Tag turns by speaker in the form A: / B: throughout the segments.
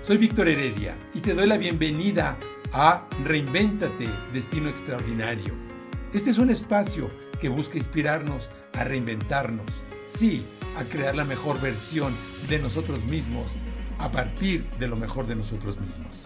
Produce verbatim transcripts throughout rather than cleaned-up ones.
A: Soy Víctor Heredia y te doy la bienvenida a Reinvéntate, Destino Extraordinario. Este es un espacio que busca inspirarnos a reinventarnos, sí, a crear la mejor versión de nosotros mismos a partir de lo mejor de nosotros mismos.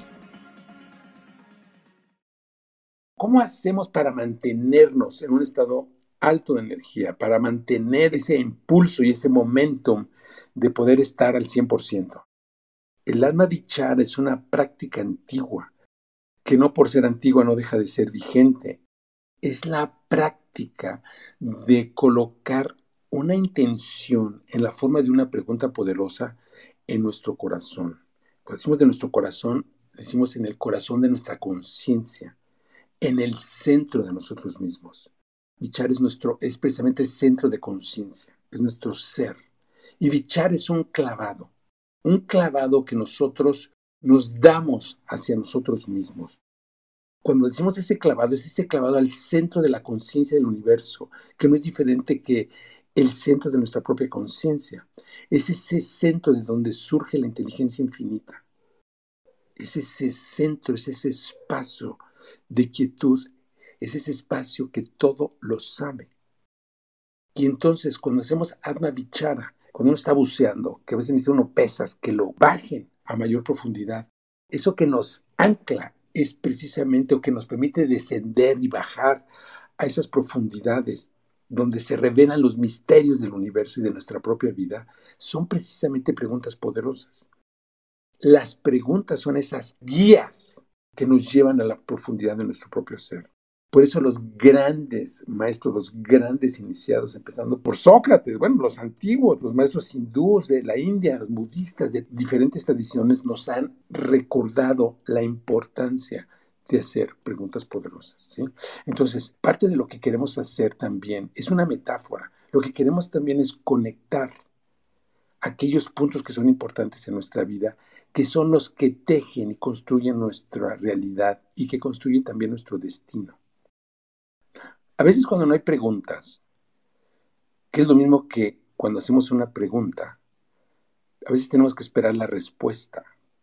B: ¿Cómo hacemos para mantenernos en un estado alto de energía, para mantener ese impulso y ese momentum de poder estar al cien por ciento? El alma vichara es una práctica antigua, que no por ser antigua no deja de ser vigente. Es la práctica de colocar una intención en la forma de una pregunta poderosa en nuestro corazón. Cuando decimos de nuestro corazón, decimos en el corazón de nuestra conciencia, en el centro de nosotros mismos. Vichara es nuestro, es precisamente el centro de conciencia, es nuestro ser. Y vichara es un clavado, un clavado que nosotros nos damos hacia nosotros mismos. Cuando decimos ese clavado, es ese clavado al centro de la conciencia del universo, que no es diferente que el centro de nuestra propia conciencia. Es ese centro de donde surge la inteligencia infinita. Es ese centro, es ese espacio de quietud, es ese espacio que todo lo sabe. Y entonces, cuando hacemos Atma Vichara, cuando uno está buceando, que a veces necesita uno pesas que lo bajen a mayor profundidad, eso que nos ancla es precisamente o que nos permite descender y bajar a esas profundidades donde se revelan los misterios del universo y de nuestra propia vida, son precisamente preguntas poderosas. Las preguntas son esas guías que nos llevan a la profundidad de nuestro propio ser. Por eso los grandes maestros, los grandes iniciados, empezando por Sócrates, bueno, los antiguos, los maestros hindúes de la India, los budistas de diferentes tradiciones, nos han recordado la importancia de hacer preguntas poderosas, ¿sí? Entonces, parte de lo que queremos hacer también es una metáfora. Lo que queremos también es conectar aquellos puntos que son importantes en nuestra vida, que son los que tejen y construyen nuestra realidad y que construyen también nuestro destino. A veces cuando no hay preguntas, que es lo mismo que cuando hacemos una pregunta, a veces tenemos que esperar la respuesta.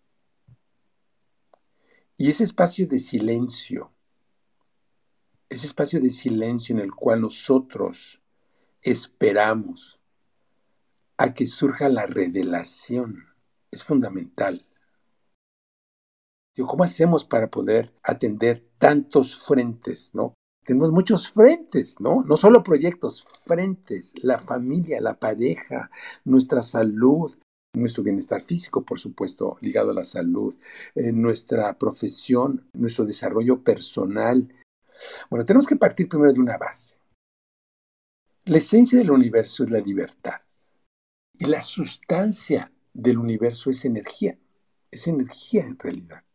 B: Y ese espacio de silencio, ese espacio de silencio en el cual nosotros esperamos a que surja la revelación, es fundamental. ¿Cómo hacemos para poder atender tantos frentes, ¿no? Tenemos muchos frentes, ¿no? No solo proyectos, frentes, la familia, la pareja, nuestra salud, nuestro bienestar físico, por supuesto, ligado a la salud, eh, nuestra profesión, nuestro desarrollo personal. Bueno, tenemos que partir primero de una base. La esencia del universo es la libertad. Y la sustancia del universo es energía. Es energía en realidad.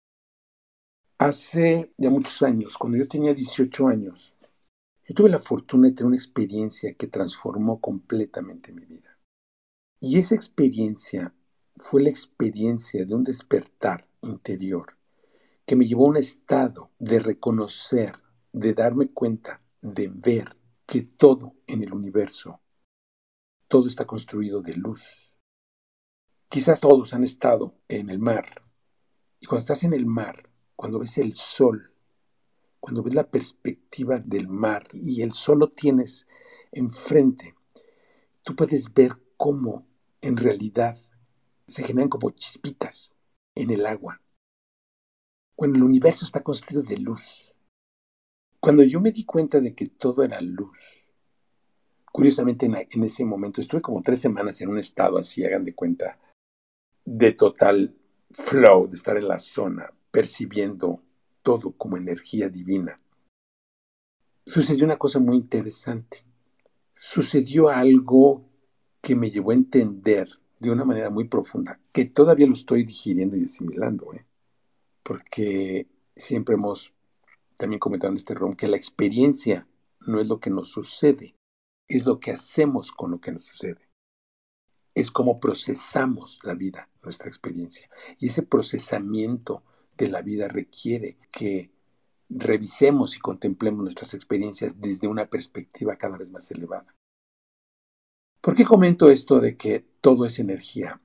B: Hace ya muchos años, cuando yo tenía dieciocho años, yo tuve la fortuna de tener una experiencia que transformó completamente mi vida. Y esa experiencia fue la experiencia de un despertar interior que me llevó a un estado de reconocer, de darme cuenta, de ver que todo en el universo, todo está construido de luz. Quizás todos han estado en el mar. Y cuando estás en el mar, cuando ves el sol, cuando ves la perspectiva del mar y el sol lo tienes enfrente, tú puedes ver cómo en realidad se generan como chispitas en el agua. Cuando el universo está construido de luz. Cuando yo me di cuenta de que todo era luz, curiosamente en, en ese momento estuve como tres semanas en un estado así, hagan de cuenta, de total flow, de estar en la zona, percibiendo todo como energía divina. Sucedió una cosa muy interesante. Sucedió algo que me llevó a entender de una manera muy profunda, que todavía lo estoy digiriendo y asimilando, ¿eh? Porque siempre hemos también comentado en este room que la experiencia no es lo que nos sucede, es lo que hacemos con lo que nos sucede. Es cómo procesamos la vida, nuestra experiencia. Y ese procesamiento de la vida requiere que revisemos y contemplemos nuestras experiencias desde una perspectiva cada vez más elevada. ¿Por qué comento esto de que todo es energía?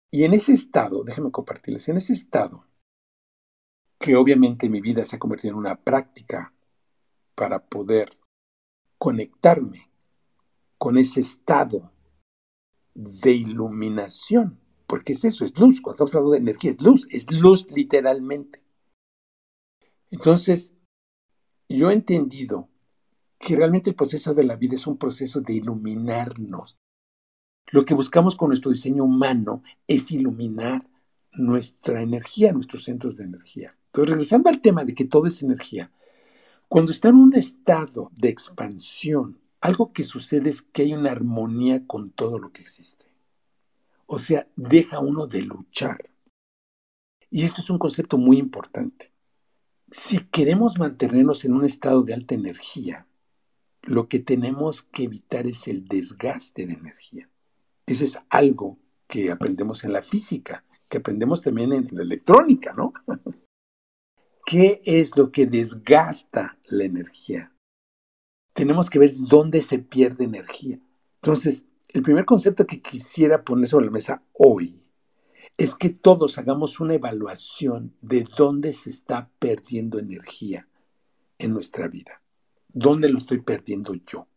B: Y en ese estado, déjenme compartirles, en ese estado, que obviamente mi vida se ha convertido en una práctica para poder conectarme con ese estado de iluminación, porque es eso, es luz. Cuando estamos hablando de energía, es luz, es luz literalmente. Entonces, yo he entendido que realmente el proceso de la vida es un proceso de iluminarnos. Lo que buscamos con nuestro diseño humano es iluminar nuestra energía, nuestros centros de energía. Entonces, regresando al tema de que todo es energía, cuando está en un estado de expansión, algo que sucede es que hay una armonía con todo lo que existe. O sea, deja uno de luchar. Y esto es un concepto muy importante. Si queremos mantenernos en un estado de alta energía, lo que tenemos que evitar es el desgaste de energía. Eso es algo que aprendemos en la física, que aprendemos también en la electrónica, ¿no? ¿Qué es lo que desgasta la energía? Tenemos que ver dónde se pierde energía. Entonces, el primer concepto que quisiera poner sobre la mesa hoy es que todos hagamos una evaluación de dónde se está perdiendo energía en nuestra vida. ¿Dónde lo estoy perdiendo yo?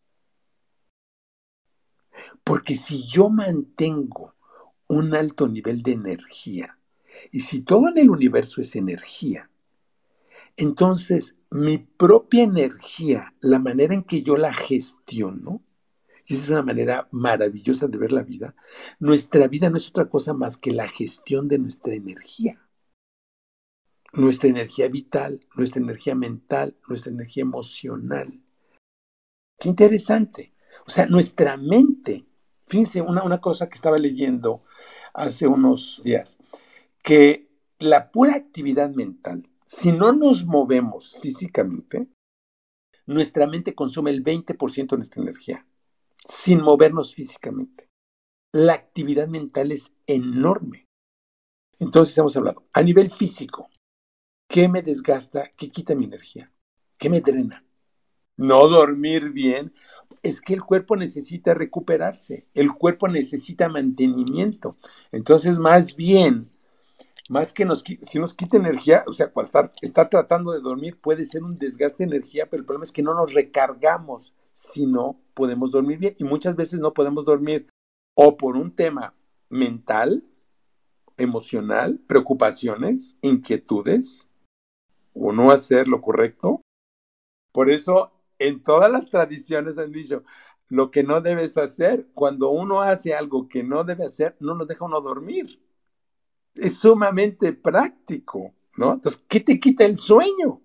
B: Porque si yo mantengo un alto nivel de energía, y si todo en el universo es energía, entonces mi propia energía, la manera en que yo la gestiono, y esa es una manera maravillosa de ver la vida, nuestra vida no es otra cosa más que la gestión de nuestra energía. Nuestra energía vital, nuestra energía mental, nuestra energía emocional. Qué interesante. O sea, nuestra mente, fíjense, una, una cosa que estaba leyendo hace unos días, que la pura actividad mental, si no nos movemos físicamente, nuestra mente consume el veinte por ciento de nuestra energía, sin movernos físicamente. La actividad mental es enorme. Entonces hemos hablado, a nivel físico, ¿qué me desgasta? ¿Qué quita mi energía? ¿Qué me drena? No dormir bien. Es que el cuerpo necesita recuperarse, el cuerpo necesita mantenimiento. Entonces, más bien, más que nos, si nos quita energía, o sea, estar, estar tratando de dormir puede ser un desgaste de energía, pero el problema es que no nos recargamos si no podemos dormir bien. Y muchas veces no podemos dormir o por un tema mental, emocional, preocupaciones, inquietudes, o no hacer lo correcto. Por eso, en todas las tradiciones han dicho, lo que no debes hacer, cuando uno hace algo que no debe hacer, no lo deja uno dormir. Es sumamente práctico, ¿no? Entonces, ¿qué te quita el sueño?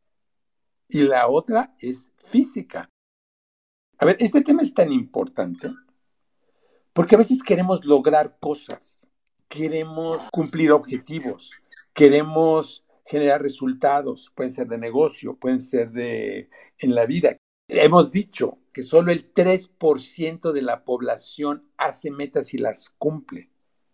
B: Y la otra es física. A ver, este tema es tan importante porque a veces queremos lograr cosas, queremos cumplir objetivos, queremos generar resultados, pueden ser de negocio, pueden ser de en la vida. Hemos dicho que solo el tres por ciento de la población hace metas y las cumple.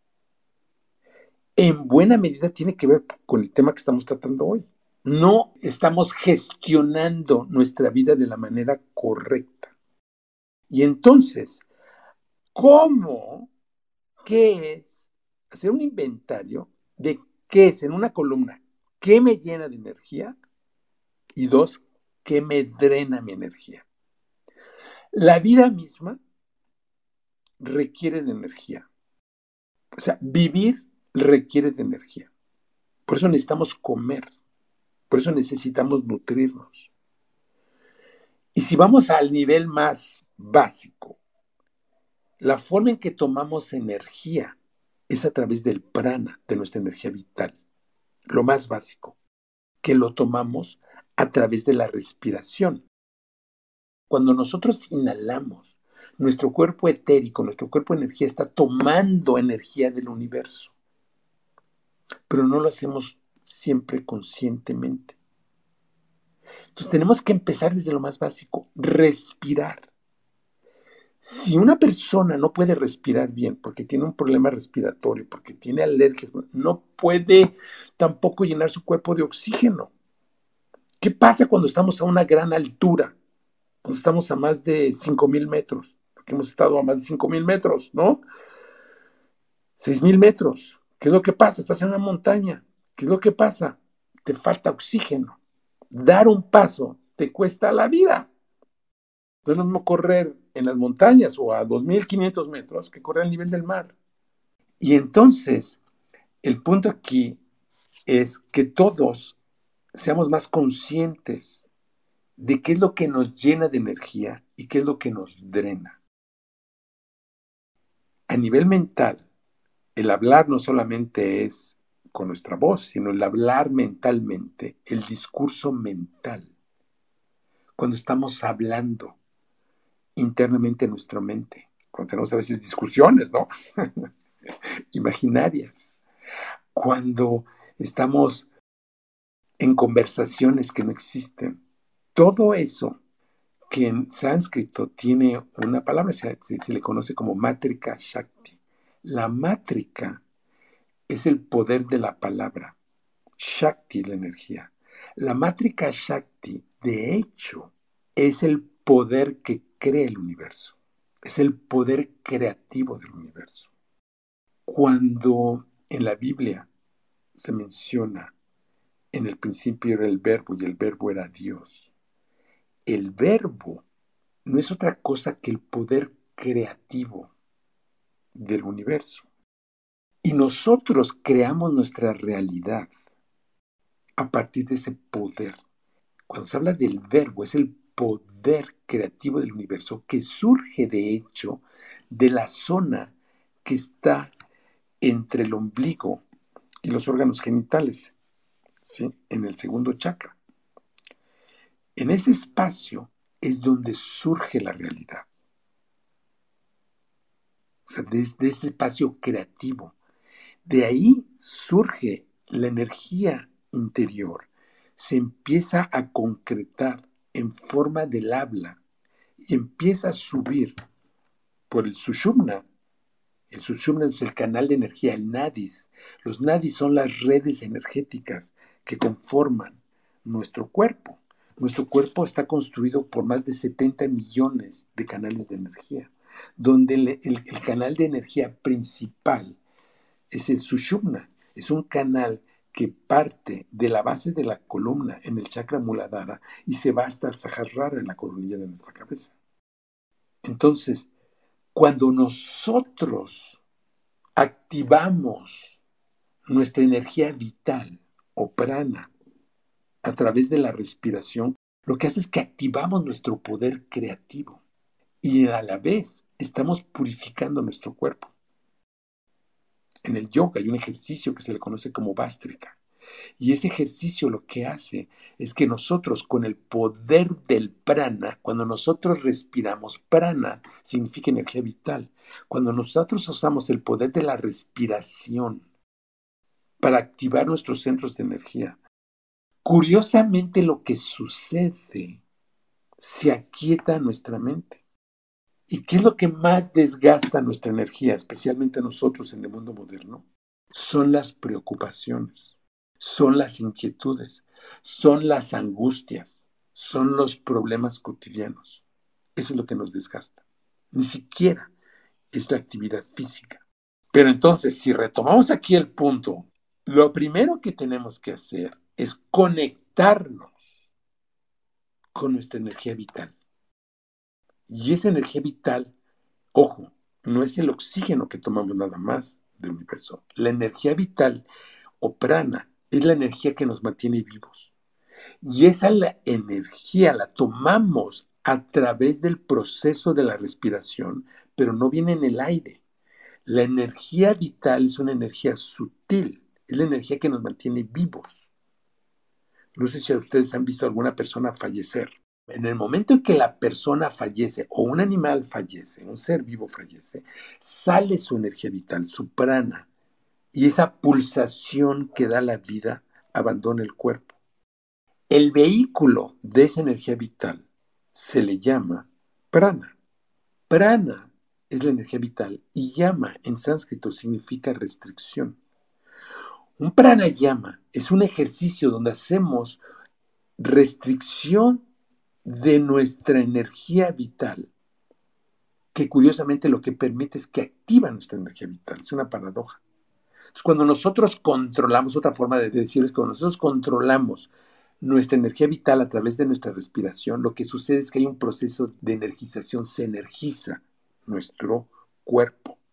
B: En buena medida tiene que ver con el tema que estamos tratando hoy. No estamos gestionando nuestra vida de la manera correcta. Y entonces, ¿cómo? ¿Qué es? Hacer un inventario de qué es en una columna, qué me llena de energía y dos, qué me drena mi energía. La vida misma requiere de energía. O sea, vivir requiere de energía. Por eso necesitamos comer. Por eso necesitamos nutrirnos. Y si vamos al nivel más básico, la forma en que tomamos energía es a través del prana, de nuestra energía vital. Lo más básico, que lo tomamos a través de la respiración. Cuando nosotros inhalamos, nuestro cuerpo etérico, nuestro cuerpo de energía está tomando energía del universo. Pero no lo hacemos siempre conscientemente. Entonces tenemos que empezar desde lo más básico, respirar. Si una persona no puede respirar bien porque tiene un problema respiratorio, porque tiene alergias, no puede tampoco llenar su cuerpo de oxígeno. ¿Qué pasa cuando estamos a una gran altura? Cuando estamos a más de cinco mil metros, porque hemos estado a más de cinco mil metros, ¿no? seis mil metros. ¿Qué es lo que pasa? Estás en una montaña. ¿Qué es lo que pasa? Te falta oxígeno. Dar un paso te cuesta la vida. No es lo mismo correr en las montañas o a dos mil quinientos metros que correr al nivel del mar. Y entonces, el punto aquí es que todos seamos más conscientes de qué es lo que nos llena de energía y qué es lo que nos drena. A nivel mental, el hablar no solamente es con nuestra voz, sino el hablar mentalmente, el discurso mental. Cuando estamos hablando internamente en nuestra mente, cuando tenemos a veces discusiones, ¿no? Imaginarias. Cuando estamos en conversaciones que no existen. Todo eso que en sánscrito tiene una palabra, se, se le conoce como mátrika shakti. La mátrica es el poder de la palabra. Shakti es la energía. La mátrika shakti, de hecho, es el poder que crea el universo. Es el poder creativo del universo. Cuando en la Biblia se menciona, en el principio era el verbo y el verbo era Dios. El verbo no es otra cosa que el poder creativo del universo. Y nosotros creamos nuestra realidad a partir de ese poder. Cuando se habla del verbo, es el poder creativo del universo que surge de hecho de la zona que está entre el ombligo y los órganos genitales, ¿sí? En el segundo chakra. En ese espacio es donde surge la realidad. O sea, desde ese espacio creativo. De ahí surge la energía interior. Se empieza a concretar en forma del habla y empieza a subir por el sushumna. El sushumna es el canal de energía, el nadis. Los nadis son las redes energéticas que conforman nuestro cuerpo. Nuestro cuerpo está construido por más de setenta millones de canales de energía, donde el, el, el canal de energía principal es el sushumna. Es un canal que parte de la base de la columna en el chakra muladhara y se va hasta el sahasrara en la coronilla de nuestra cabeza. Entonces, cuando nosotros activamos nuestra energía vital o prana a través de la respiración, lo que hace es que activamos nuestro poder creativo y a la vez estamos purificando nuestro cuerpo. En el yoga hay un ejercicio que se le conoce como Vastrika. Y ese ejercicio lo que hace es que nosotros con el poder del prana, cuando nosotros respiramos, prana significa energía vital. Cuando nosotros usamos el poder de la respiración para activar nuestros centros de energía, curiosamente lo que sucede, se aquieta nuestra mente. ¿Y qué es lo que más desgasta nuestra energía, especialmente nosotros en el mundo moderno? Son las preocupaciones, son las inquietudes, son las angustias, son los problemas cotidianos. Eso es lo que nos desgasta. Ni siquiera es la actividad física. Pero entonces, si retomamos aquí el punto, lo primero que tenemos que hacer es conectarnos con nuestra energía vital. Y esa energía vital, ojo, no es el oxígeno que tomamos nada más del universo. La energía vital o prana es la energía que nos mantiene vivos. Y esa la energía la tomamos a través del proceso de la respiración, pero no viene en el aire. La energía vital es una energía sutil, es la energía que nos mantiene vivos. No sé si a ustedes han visto a alguna persona fallecer. En el momento en que la persona fallece o un animal fallece, un ser vivo fallece, sale su energía vital, su prana, y esa pulsación que da la vida abandona el cuerpo. El vehículo de esa energía vital se le llama prana. Prana es la energía vital y yama en sánscrito significa restricción. Un pranayama es un ejercicio donde hacemos restricción de nuestra energía vital que curiosamente lo que permite es que activa nuestra energía vital. Es una paradoja. Entonces, cuando nosotros controlamos, otra forma de decirlo es que cuando nosotros controlamos nuestra energía vital a través de nuestra respiración, lo que sucede es que hay un proceso de energización, se energiza nuestro cuerpo.